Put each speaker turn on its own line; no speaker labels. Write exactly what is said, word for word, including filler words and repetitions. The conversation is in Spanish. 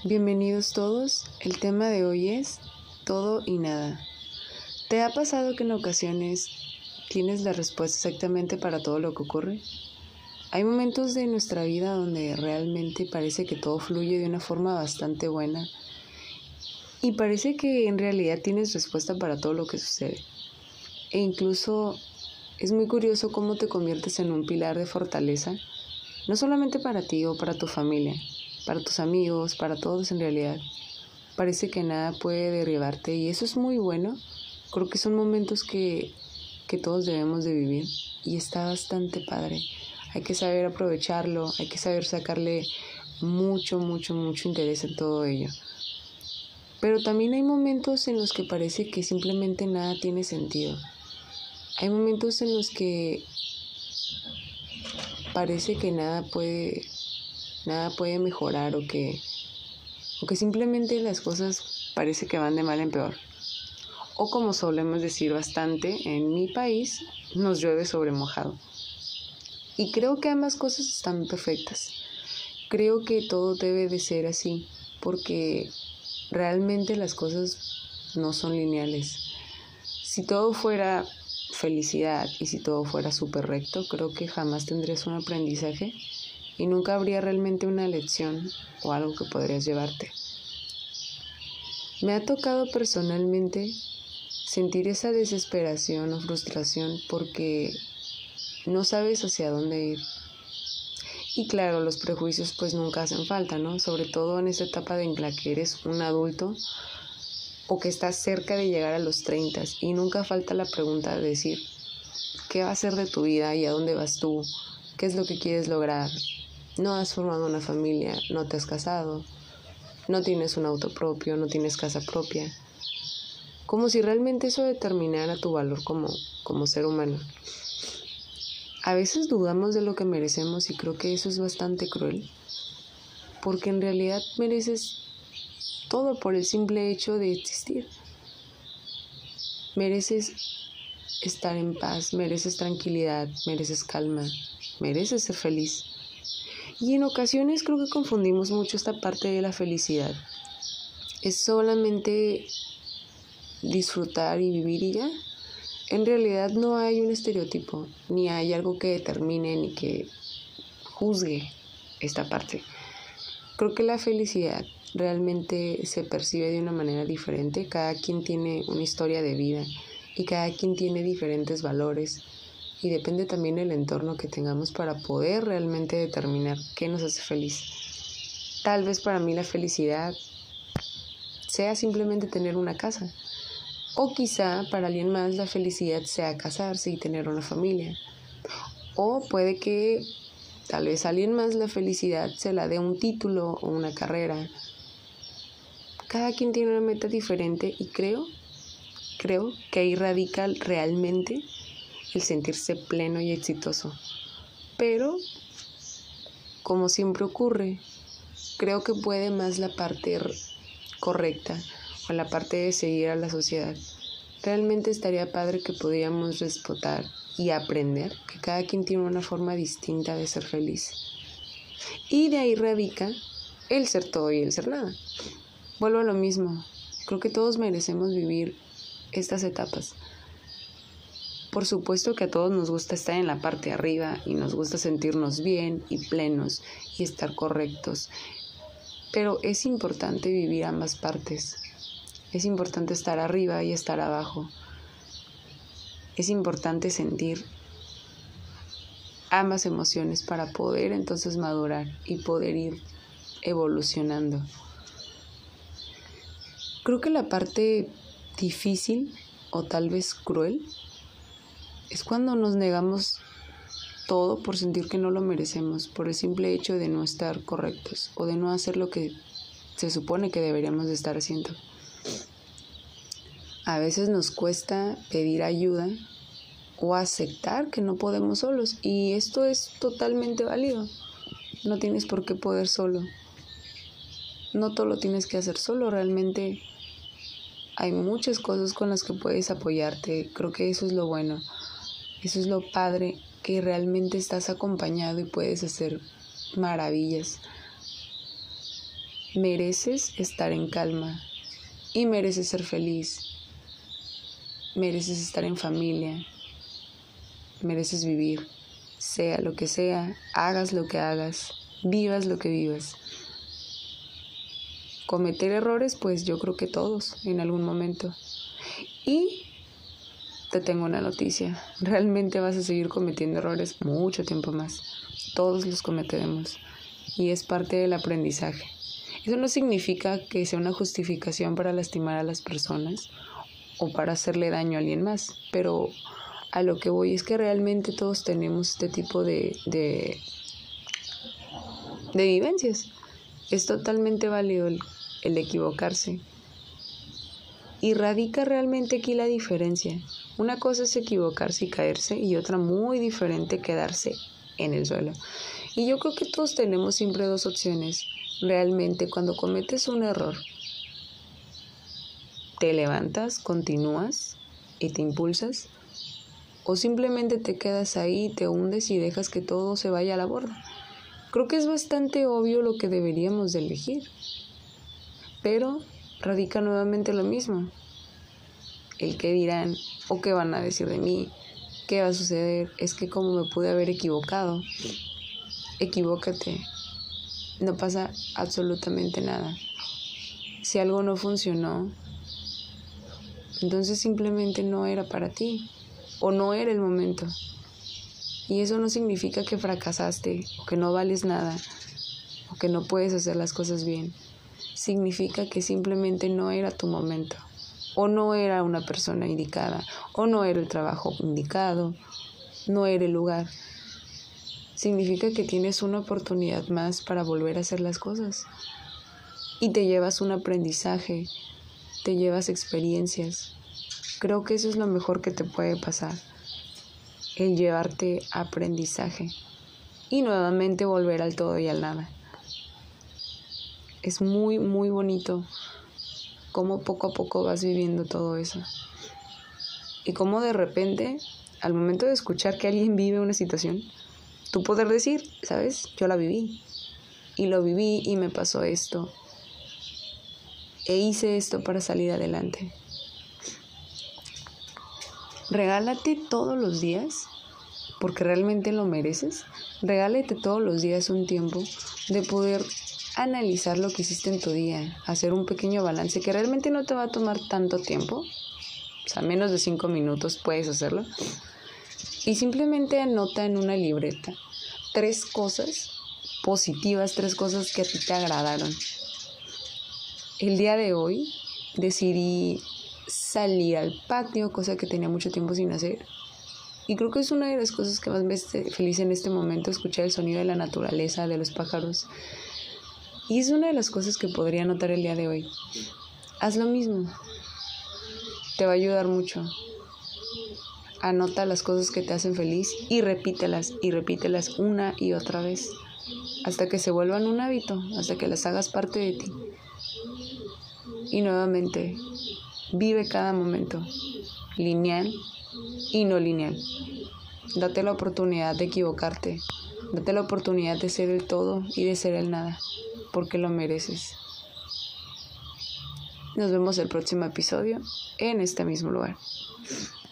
Bienvenidos todos, el tema de hoy es todo y nada. ¿Te ha pasado que en ocasiones tienes la respuesta exactamente para todo lo que ocurre? Hay momentos de nuestra vida donde realmente parece que todo fluye de una forma bastante buena y parece que en realidad tienes respuesta para todo lo que sucede. E incluso es muy curioso cómo te conviertes en un pilar de fortaleza, no solamente para ti o para tu familia, para tus amigos, para todos en realidad. Parece que nada puede derribarte y eso es muy bueno. Creo que son momentos que, que todos debemos de vivir y está bastante padre. Hay que saber aprovecharlo, hay que saber sacarle mucho, mucho, mucho interés en todo ello. Pero también hay momentos en los que parece que simplemente nada tiene sentido. Hay momentos en los que parece que nada puede, nada puede mejorar o que, o que simplemente las cosas parece que van de mal en peor. O como solemos decir bastante, en mi país nos llueve sobre mojado. Y creo que ambas cosas están perfectas. Creo que todo debe de ser así, porque realmente las cosas no son lineales. Si todo fuera felicidad y si todo fuera súper recto, creo que jamás tendrías un aprendizaje y nunca habría realmente una lección o algo que podrías llevarte. Me ha tocado personalmente sentir esa desesperación o frustración porque no sabes hacia dónde ir. Y claro, los prejuicios pues nunca hacen falta, ¿no? Sobre todo en esa etapa en la que eres un adulto o que estás cerca de llegar a los treinta y nunca falta la pregunta de decir ¿qué va a ser de tu vida y a dónde vas tú? ¿Qué es lo que quieres lograr? No has formado una familia, no te has casado, no tienes un auto propio, no tienes casa propia. Como si realmente eso determinara tu valor como, como ser humano. A veces dudamos de lo que merecemos y creo que eso es bastante cruel, porque en realidad mereces todo por el simple hecho de existir. Mereces estar en paz, mereces tranquilidad, mereces calma, mereces ser feliz. Y en ocasiones creo que confundimos mucho esta parte de la felicidad. Es solamente disfrutar y vivir y ya. En realidad no hay un estereotipo, ni hay algo que determine ni que juzgue esta parte. Creo que la felicidad realmente se percibe de una manera diferente. Cada quien tiene una historia de vida y cada quien tiene diferentes valores y depende también del entorno que tengamos para poder realmente determinar qué nos hace feliz. Tal vez para mí la felicidad sea simplemente tener una casa. O quizá para alguien más la felicidad sea casarse y tener una familia. O puede que tal vez a alguien más la felicidad se la dé un título o una carrera. Cada quien tiene una meta diferente y creo, creo que ahí radica realmente el sentirse pleno y exitoso. Pero, como siempre ocurre, creo que puede más la parte correcta o la parte de seguir a la sociedad. Realmente estaría padre que pudiéramos respetar y aprender que cada quien tiene una forma distinta de ser feliz. Y de ahí radica el ser todo y el ser nada. Vuelvo a lo mismo. Creo que todos merecemos vivir estas etapas. Por supuesto que a todos nos gusta estar en la parte de arriba y nos gusta sentirnos bien y plenos y estar correctos. Pero es importante vivir ambas partes. Es importante estar arriba y estar abajo. Es importante sentir ambas emociones para poder entonces madurar y poder ir evolucionando. Creo que la parte difícil o tal vez cruel es cuando nos negamos todo por sentir que no lo merecemos, por el simple hecho de no estar correctos o de no hacer lo que se supone que deberíamos de estar haciendo. A veces nos cuesta pedir ayuda o aceptar que no podemos solos y esto es totalmente válido. No tienes por qué poder solo. No todo lo tienes que hacer solo, realmente hay muchas cosas con las que puedes apoyarte. Creo que eso es lo bueno, eso es lo padre, que realmente estás acompañado y puedes hacer maravillas. Mereces estar en calma y mereces ser feliz. Mereces estar en familia. Mereces vivir, sea lo que sea, hagas lo que hagas, vivas lo que vivas. Cometer errores, pues yo creo que todos en algún momento. Y te tengo una noticia, realmente vas a seguir cometiendo errores mucho tiempo más. Todos los cometeremos y es parte del aprendizaje. Eso no significa que sea una justificación para lastimar a las personas o para hacerle daño a alguien más, pero a lo que voy es que realmente todos tenemos este tipo de, de, de vivencias. Es totalmente válido el, el equivocarse. Y radica realmente aquí la diferencia. Una cosa es equivocarse y caerse y otra muy diferente quedarse en el suelo. Y yo creo que todos tenemos siempre dos opciones. Realmente cuando cometes un error, te levantas, continúas y te impulsas, o simplemente te quedas ahí, te hundes y dejas que todo se vaya a la borda. Creo que es bastante obvio lo que deberíamos de elegir, pero radica nuevamente lo mismo. El qué dirán o qué van a decir de mí, qué va a suceder, es que como me pude haber equivocado. Equivócate, no pasa absolutamente nada. Si algo no funcionó, entonces simplemente no era para ti o no era el momento. Y eso no significa que fracasaste o que no vales nada o que no puedes hacer las cosas bien. Significa que simplemente no era tu momento o no era una persona indicada o no era el trabajo indicado, no era el lugar. Significa que tienes una oportunidad más para volver a hacer las cosas y te llevas un aprendizaje, te llevas experiencias. Creo que eso es lo mejor que te puede pasar, el llevarte aprendizaje y nuevamente volver al todo y al nada. Es muy, muy bonito cómo poco a poco vas viviendo todo eso. Y cómo de repente, al momento de escuchar que alguien vive una situación, tú poder decir, ¿sabes? Yo la viví. Y lo viví y me pasó esto. E hice esto para salir adelante. Regálate todos los días, porque realmente lo mereces. Regálate todos los días un tiempo de poder analizar lo que hiciste en tu día, hacer un pequeño balance que realmente no te va a tomar tanto tiempo, o sea, menos de cinco minutos puedes hacerlo, y simplemente anota en una libreta tres cosas positivas, tres cosas que a ti te agradaron. El día de hoy decidí salir al patio, cosa que tenía mucho tiempo sin hacer. Y creo que es una de las cosas que más me hace feliz en este momento, escuchar el sonido de la naturaleza, de los pájaros. Y es una de las cosas que podría notar el día de hoy. Haz lo mismo. Te va a ayudar mucho. Anota las cosas que te hacen feliz y repítelas y repítelas una y otra vez. Hasta que se vuelvan un hábito, hasta que las hagas parte de ti. Y nuevamente, vive cada momento, lineal y no lineal. Date la oportunidad de equivocarte. Date la oportunidad de ser el todo y de ser el nada, porque lo mereces. Nos vemos el próximo episodio en este mismo lugar.